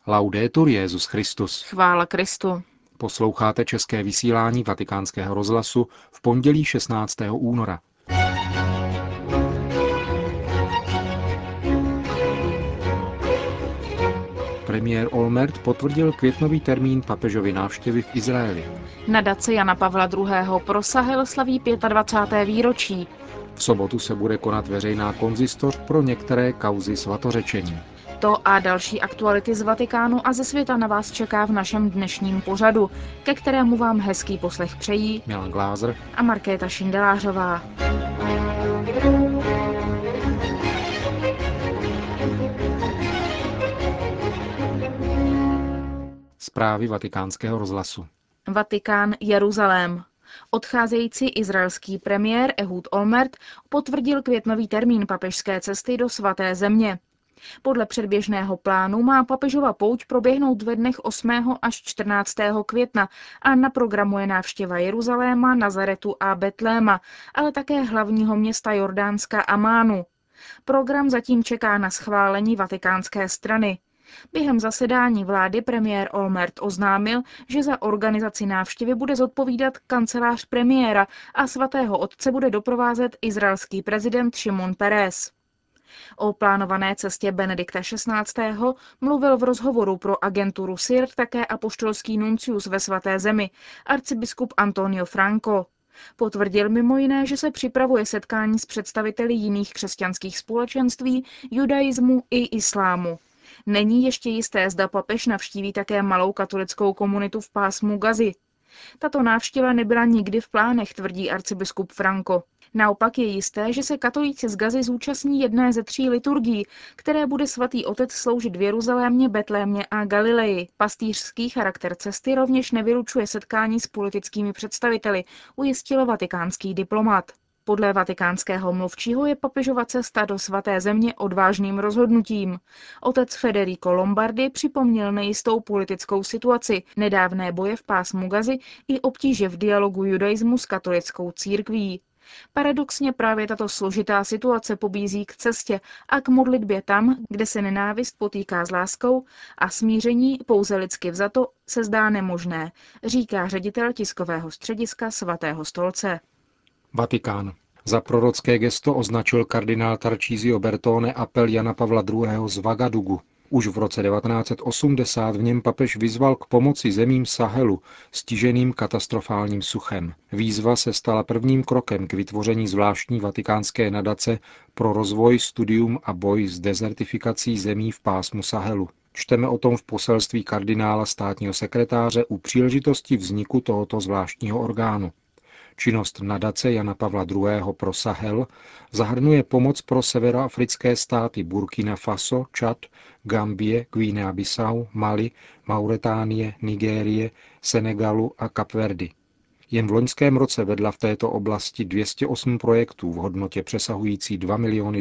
Laudetur Jesus Christus. Chvála Kristu. Posloucháte české vysílání Vatikánského rozhlasu v pondělí 16. února. Premiér Olmert potvrdil květnový termín papežovy návštěvy v Izraeli. Nadace Jana Pavla II. Pro Sahel slaví 25. výročí. V sobotu se bude konat veřejná konzistoř pro některé kauzy svatořečení. To a další aktuality z Vatikánu a ze světa na vás čeká v našem dnešním pořadu, ke kterému vám hezký poslech přejí Milan Glázer a Markéta Šindelářová. Zprávy Vatikánského rozhlasu. Vatikán, Jeruzalém. Odcházející izraelský premiér Ehud Olmert potvrdil květnový termín papežské cesty do svaté země. Podle předběžného plánu má papežova pouť proběhnout ve dnech 8. až 14. května a na programu je návštěva Jeruzaléma, Nazaretu a Betléma, ale také hlavního města Jordánska Amánu. Program zatím čeká na schválení vatikánské strany. Během zasedání vlády premiér Olmert oznámil, že za organizaci návštěvy bude zodpovídat kancelář premiéra a svatého otce bude doprovázet izraelský prezident Šimon Peres. O plánované cestě Benedikta XVI. Mluvil v rozhovoru pro agenturu SIR také apoštolský nuncius ve svaté zemi, arcibiskup Antonio Franco. Potvrdil mimo jiné, že se připravuje setkání s představiteli jiných křesťanských společenství, judaismu i islámu. Není ještě jisté, zda papež navštíví také malou katolickou komunitu v pásmu Gazy. Tato návštěva nebyla nikdy v plánech, tvrdí arcibiskup Franco. Naopak je jisté, že se katolíci z Gazy zúčastní jedné ze 3 liturgií, které bude svatý otec sloužit v Jeruzalémě, Betlémě a Galileji. Pastýřský charakter cesty rovněž nevylučuje setkání s politickými představiteli, ujistil vatikánský diplomat. Podle vatikánského mluvčího je papežova cesta do svaté země odvážným rozhodnutím. Otec Federico Lombardi připomněl nejistou politickou situaci, nedávné boje v pásmu Gazy i obtíže v dialogu judaismu s katolickou církví. Paradoxně právě tato složitá situace pobízí k cestě a k modlitbě tam, kde se nenávist potýká s láskou a smíření pouze lidsky vzato se zdá nemožné, říká ředitel tiskového střediska Svatého stolce. Vatikán. Za prorocké gesto označil kardinál Tarcísio Bertone apel Jana Pavla II. Z Vagadugu. Už v roce 1980 v něm papež vyzval k pomoci zemím Sahelu, stiženým katastrofálním suchem. Výzva se stala prvním krokem k vytvoření zvláštní vatikánské nadace pro rozvoj, studium a boj s dezertifikací zemí v pásmu Sahelu. Čteme o tom v poselství kardinála státního sekretáře u příležitosti vzniku tohoto zvláštního orgánu. Činnost nadace Jana Pavla II. Pro Sahel zahrnuje pomoc pro severoafrické státy Burkina Faso, Čad, Gambie, Guinea-Bissau, Mali, Mauritánie, Nigérie, Senegalu a Kapverdy. Jen v loňském roce vedla v této oblasti 208 projektů v hodnotě přesahující $2 miliony.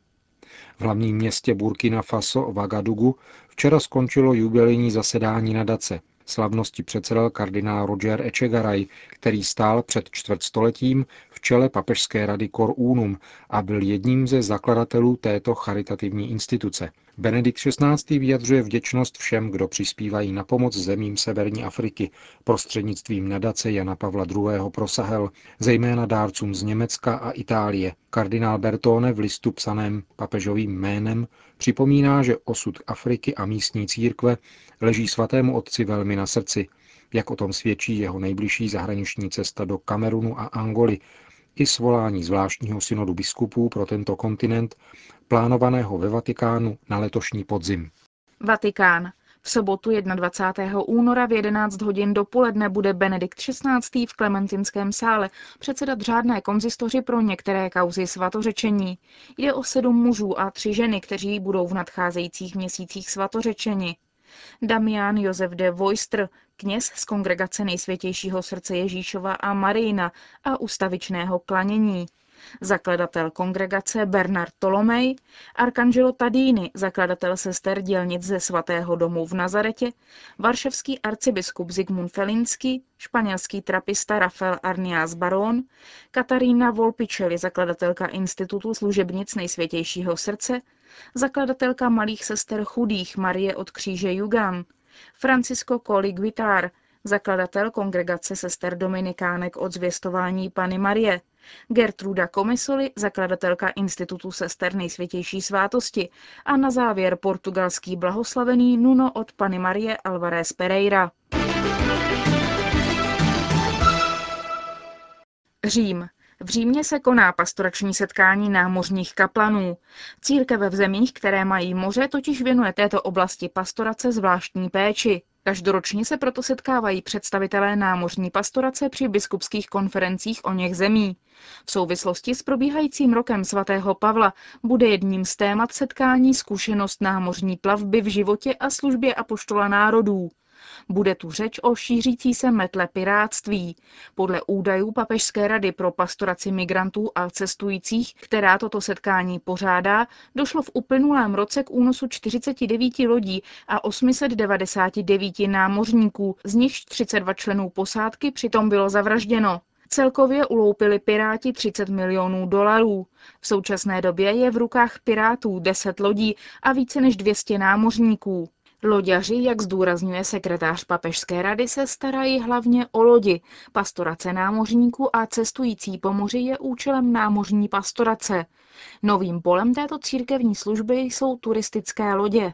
V hlavním městě Burkina Faso, Vagadugu, včera skončilo jubilejní zasedání nadace. Slavnosti předsedal kardinál Roger Echegaray, který stál před čtvrtstoletím v čele papežské rady Cor Unum a byl jedním ze zakladatelů této charitativní instituce. Benedikt XVI. Vyjadřuje vděčnost všem, kdo přispívají na pomoc zemím severní Afriky prostřednictvím nadace Jana Pavla II. Pro Sahel, zejména dárcům z Německa a Itálie. Kardinál Bertone v listu psaném papežovým jménem připomíná, že osud Afriky a místní církve leží svatému otci velmi na srdci, jak o tom svědčí jeho nejbližší zahraniční cesta do Kamerunu a Angoly i svolání zvláštního synodu biskupů pro tento kontinent, plánovaného ve Vatikánu na letošní podzim. Vatikán. V sobotu 21. února v 11 hodin dopoledne bude Benedikt XVI. V Klementinském sále předsedat řádné konzistoři pro některé kauzy svatořečení. Jde o 7 mužů a 3 ženy, kteří budou v nadcházejících měsících svatořečeni. Damian Josef de Voistr, kněz z kongregace Nejsvětějšího srdce Ježíšova a Marijina a ustavičného klanění. Zakladatel kongregace Bernard Tolomej, Arcangelo Tadini, zakladatel sester dělnic ze svatého domu v Nazaretě, varšavský arcibiskup Zigmund Felinský, španělský trapista Rafael Arniás Barón, Katarína Volpicelli, zakladatelka Institutu služebnic Nejsvětějšího srdce zakladatelka malých sester chudých Marie od kříže Jugan, Francisco Colli Guitar, zakladatel kongregace sester dominikánek od zvěstování Panny Marie, Gertruda Komisoli, zakladatelka Institutu sester Nejsvětější svátosti a na závěr portugalský blahoslavený Nuno od Panny Marie Alvarez Pereira. Řím. V Římě se koná pastorační setkání námořních kaplanů. Církev v zemích, které mají moře, totiž věnuje této oblasti pastorace zvláštní péči. Každoročně se proto setkávají představitelé námořní pastorace při biskupských konferencích oněch zemí. V souvislosti s probíhajícím rokem svatého Pavla bude jedním z témat setkání zkušenost námořní plavby v životě a službě apoštola národů. Bude tu řeč o šířící se metle pirátství. Podle údajů Papežské rady pro pastoraci migrantů a cestujících, která toto setkání pořádá, došlo v uplynulém roce k únosu 49 lodí a 899 námořníků, z nichž 32 členů posádky přitom bylo zavražděno. Celkově uloupili piráti 30 milionů dolarů. V současné době je v rukách pirátů 10 lodí a více než 200 námořníků. Loďaři, jak zdůrazňuje sekretář Papežské rady, se starají hlavně o lodi. Pastorace námořníků a cestující po moři je účelem námořní pastorace. Novým polem této církevní služby jsou turistické lodě.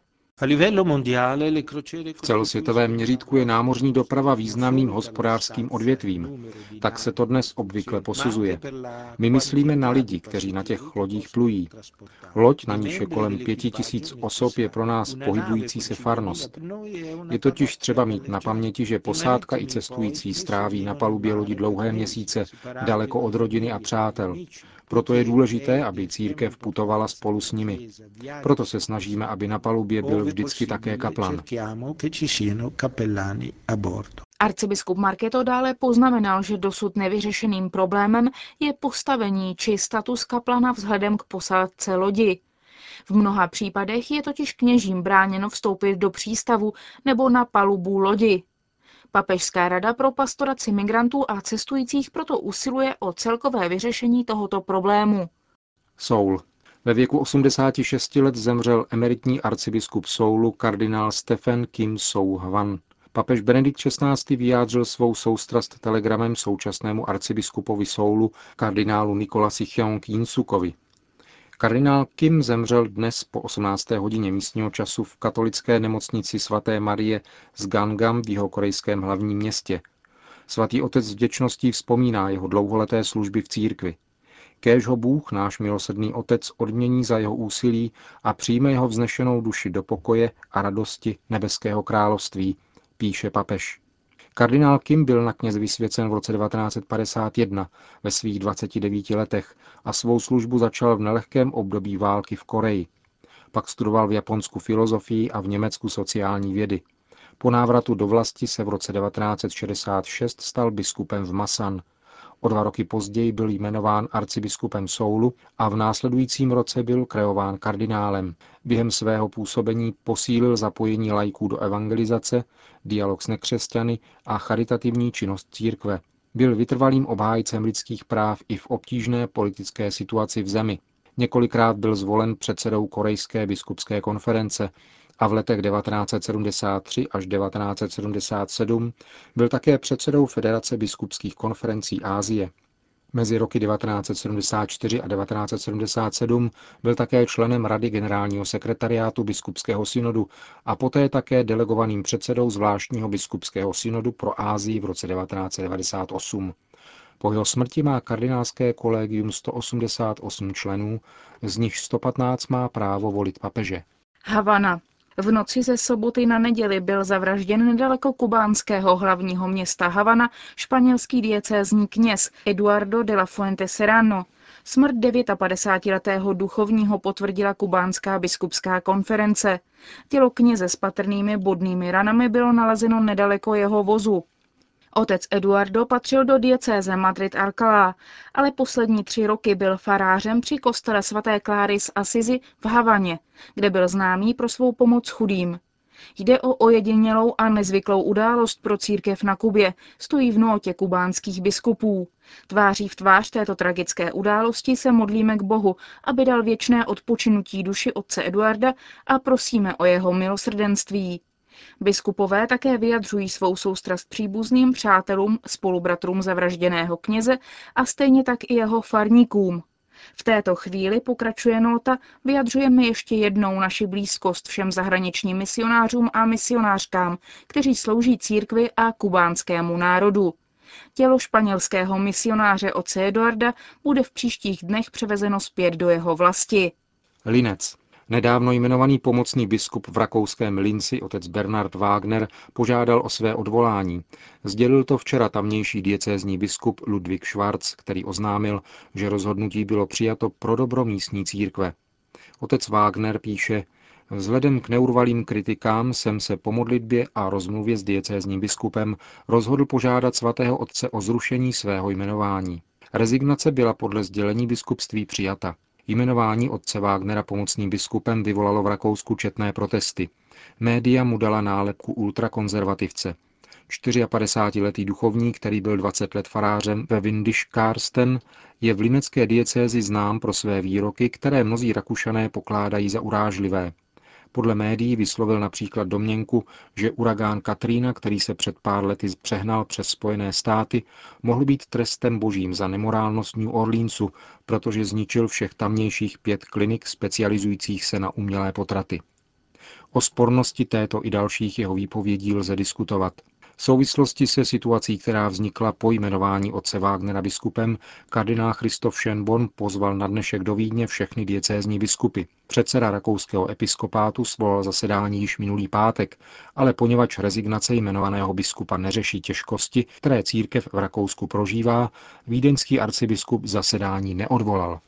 V celosvětovém měřítku je námořní doprava významným hospodářským odvětvím. Tak se to dnes obvykle posuzuje. My myslíme na lidi, kteří na těch lodích plují. Loď, na níž je kolem 5000 osob, je pro nás pohybující se farnost. Je totiž třeba mít na paměti, že posádka i cestující stráví na palubě lodi dlouhé měsíce, daleko od rodiny a přátel. Proto je důležité, aby církev putovala spolu s nimi. Proto se snažíme, aby na palubě byl vždycky také kaplan. Arcibiskup Markéto dále poznamenal, že dosud nevyřešeným problémem je postavení či status kaplana vzhledem k posádce lodi. V mnoha případech je totiž kněžím bráněno vstoupit do přístavu nebo na palubu lodi. Papežská rada pro pastoraci migrantů a cestujících proto usiluje o celkové vyřešení tohoto problému. Soul. Ve věku 86 let zemřel emeritní arcibiskup Soulu kardinál Stephen Kim Sou Hwan. Papež Benedikt XVI. Vyjádřil svou soustrast telegramem současnému arcibiskupovi Soulu kardinálu Nikolasi Cheong Jinsukovi. Kardinál Kim zemřel dnes po 18. hodině místního času v katolické nemocnici svaté Marie z Gangnam v jihokorejském hlavním městě. Svatý otec vděčností vzpomíná jeho dlouholeté služby v církvi. Kéž ho Bůh, náš milosrdný otec, odmění za jeho úsilí a přijme jeho vznešenou duši do pokoje a radosti nebeského království, píše papež. Kardinál Kim byl na kněz vysvěcen v roce 1951 ve svých 29 letech a svou službu začal v nelehkém období války v Koreji. Pak studoval v Japonsku filozofii a v Německu sociální vědy. Po návratu do vlasti se v roce 1966 stal biskupem v Masan. O 2 roky později byl jmenován arcibiskupem Soulu a v následujícím roce byl kreován kardinálem. Během svého působení posílil zapojení laiků do evangelizace, dialog s nekřesťany a charitativní činnost církve. Byl vytrvalým obhájcem lidských práv i v obtížné politické situaci v zemi. Několikrát byl zvolen předsedou Korejské biskupské konference a v letech 1973 až 1977 byl také předsedou Federace biskupských konferencí Asie. Mezi roky 1974 a 1977 byl také členem Rady generálního sekretariátu biskupského synodu a poté také delegovaným předsedou zvláštního biskupského synodu pro Asii v roce 1998. Po jeho smrti má kardinálské kolegium 188 členů, z nich 115 má právo volit papeže. Havana. V noci ze soboty na neděli byl zavražděn nedaleko kubánského hlavního města Havana španělský diecézní kněz Eduardo de la Fuente Serrano. Smrt 59letého duchovního potvrdila kubánská biskupská konference. Tělo kněze s patrnými bodnými ranami bylo nalezeno nedaleko jeho vozu. Otec Eduardo patřil do diecéze Madrid-Alcalá, ale poslední 3 roky byl farářem při kostele svaté Kláry z Asizi v Havaně, kde byl známý pro svou pomoc chudým. Jde o ojedinělou a nezvyklou událost pro církev na Kubě, stojí v nótě kubánských biskupů. Tváří v tvář této tragické události se modlíme k Bohu, aby dal věčné odpočinutí duši otce Eduarda a prosíme o jeho milosrdenství. Biskupové také vyjadřují svou soustrast příbuzným, přátelům, spolubratrům zavražděného kněze a stejně tak i jeho farníkům. V této chvíli, pokračuje nóta, vyjadřujeme ještě jednou naši blízkost všem zahraničním misionářům a misionářkám, kteří slouží církvi a kubánskému národu. Tělo španělského misionáře otce Eduarda bude v příštích dnech převezeno zpět do jeho vlasti. Linec. Nedávno jmenovaný pomocný biskup v rakouském Linci, otec Bernard Wagner, požádal o své odvolání. Sdělil to včera tamnější diecézní biskup Ludwig Schwarz, který oznámil, že rozhodnutí bylo přijato pro dobro místní církve. Otec Wagner píše: Vzhledem k neurvalým kritikám jsem se po modlitbě a rozmluvě s diecézním biskupem rozhodl požádat svatého otce o zrušení svého jmenování. Rezignace byla podle sdělení biskupství přijata. Jmenování otce Wagnera pomocným biskupem vyvolalo v Rakousku četné protesty. Média mu dala nálepku ultrakonzervativce. 54letý duchovník, který byl 20 let farářem ve Windischkarsten, je v linecké diecézi znám pro své výroky, které mnozí Rakušané pokládají za urážlivé. Podle médií vyslovil například domněnku, že uragán Katrina, který se před pár lety přehnal přes Spojené státy, mohl být trestem božím za nemorálnost New Orleansu, protože zničil všech tamnějších 5 klinik specializujících se na umělé potraty. O spornosti této i dalších jeho výpovědí lze diskutovat. V souvislosti se situací, která vznikla po jmenování otce Wagnera biskupem, kardinál Christoph Schönborn pozval na dnešek do Vídně všechny diecézní biskupy. Předseda rakouského episkopátu svolal zasedání již minulý pátek, ale poněvadž rezignace jmenovaného biskupa neřeší těžkosti, které církev v Rakousku prožívá, vídeňský arcibiskup zasedání neodvolal.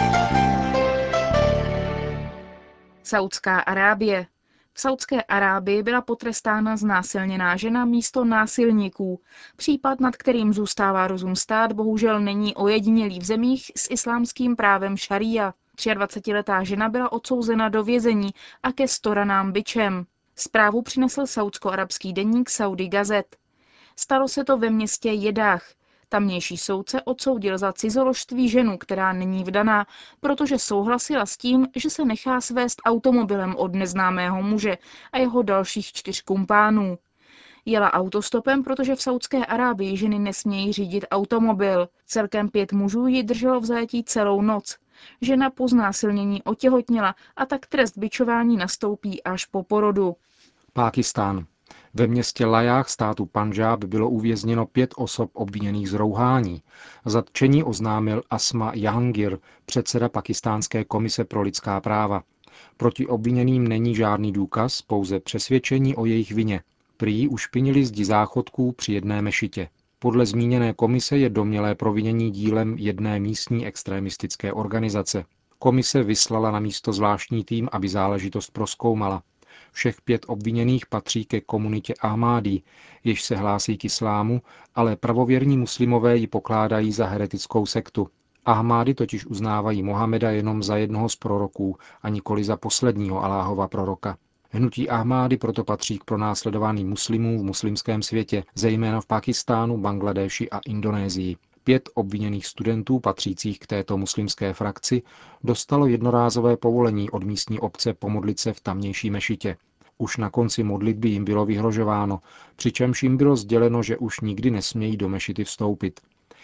Saudská Arábie. V Saudské Arábii byla potrestána znásilněná žena místo násilníků. Případ, nad kterým zůstává rozum stát, bohužel není ojedinělý v zemích s islámským právem šaría. 23letá žena byla odsouzena do vězení a ke 100 ranám bičem. Zprávu přinesl saudsko-arabský deník Saudi Gazette. Stalo se to ve městě Jedách. Tamnější soudce odsoudil za cizoložství ženu, která není vdaná, protože souhlasila s tím, že se nechá svést automobilem od neznámého muže a jeho dalších 4 kumpánů. Jela autostopem, protože v Saudské Arábii ženy nesmějí řídit automobil. Celkem 5 mužů ji drželo v zajetí celou noc. Žena po znásilnění otěhotněla a tak trest bičování nastoupí až po porodu. Pákistán. Ve městě Lajách státu Pandžáb bylo uvězněno 5 osob obviněných z rouhání. Zatčení oznámil Asma Jahangir, předseda Pakistánské komise pro lidská práva. Proti obviněným není žádný důkaz, pouze přesvědčení o jejich vině. Prý ušpinili zdi záchodků při jedné mešitě. Podle zmíněné komise je domnělé provinění dílem jedné místní extremistické organizace. Komise vyslala na místo zvláštní tým, aby záležitost prozkoumala. Všech 5 obviněných patří ke komunitě Ahmádí, jež se hlásí k islámu, ale pravověrní muslimové ji pokládají za heretickou sektu. Ahmády totiž uznávají Mohameda jenom za jednoho z proroků a nikoli za posledního Aláhova proroka. Hnutí Ahmády proto patří k pronásledovaným muslimům v muslimském světě, zejména v Pákistánu, Bangladéši a Indonésii. 5 obviněných studentů patřících k této muslimské frakci dostalo jednorázové povolení od místní obce pomodlit se v tamnější mešitě. Už na konci modlitby jim bylo vyhrožováno, přičemž jim bylo sděleno, že už nikdy nesmějí do mešity vstoupit.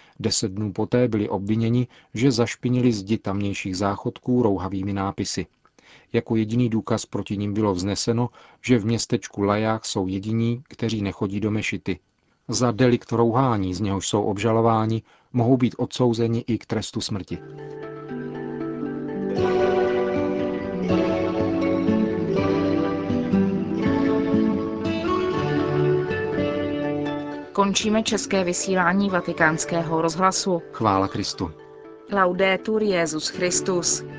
10 dnů poté byli obviněni, že zašpinili zdi tamnějších záchodků rouhavými nápisy. Jako jediný důkaz proti nim bylo vzneseno, že v městečku Lajách jsou jediní, kteří nechodí do mešity. Za delikt rouhání, z něhož jsou obžalováni, mohou být odsouzeni i k trestu smrti. Končíme české vysílání Vatikánského rozhlasu. Chvála Kristu. Laudetur Jesus Christus.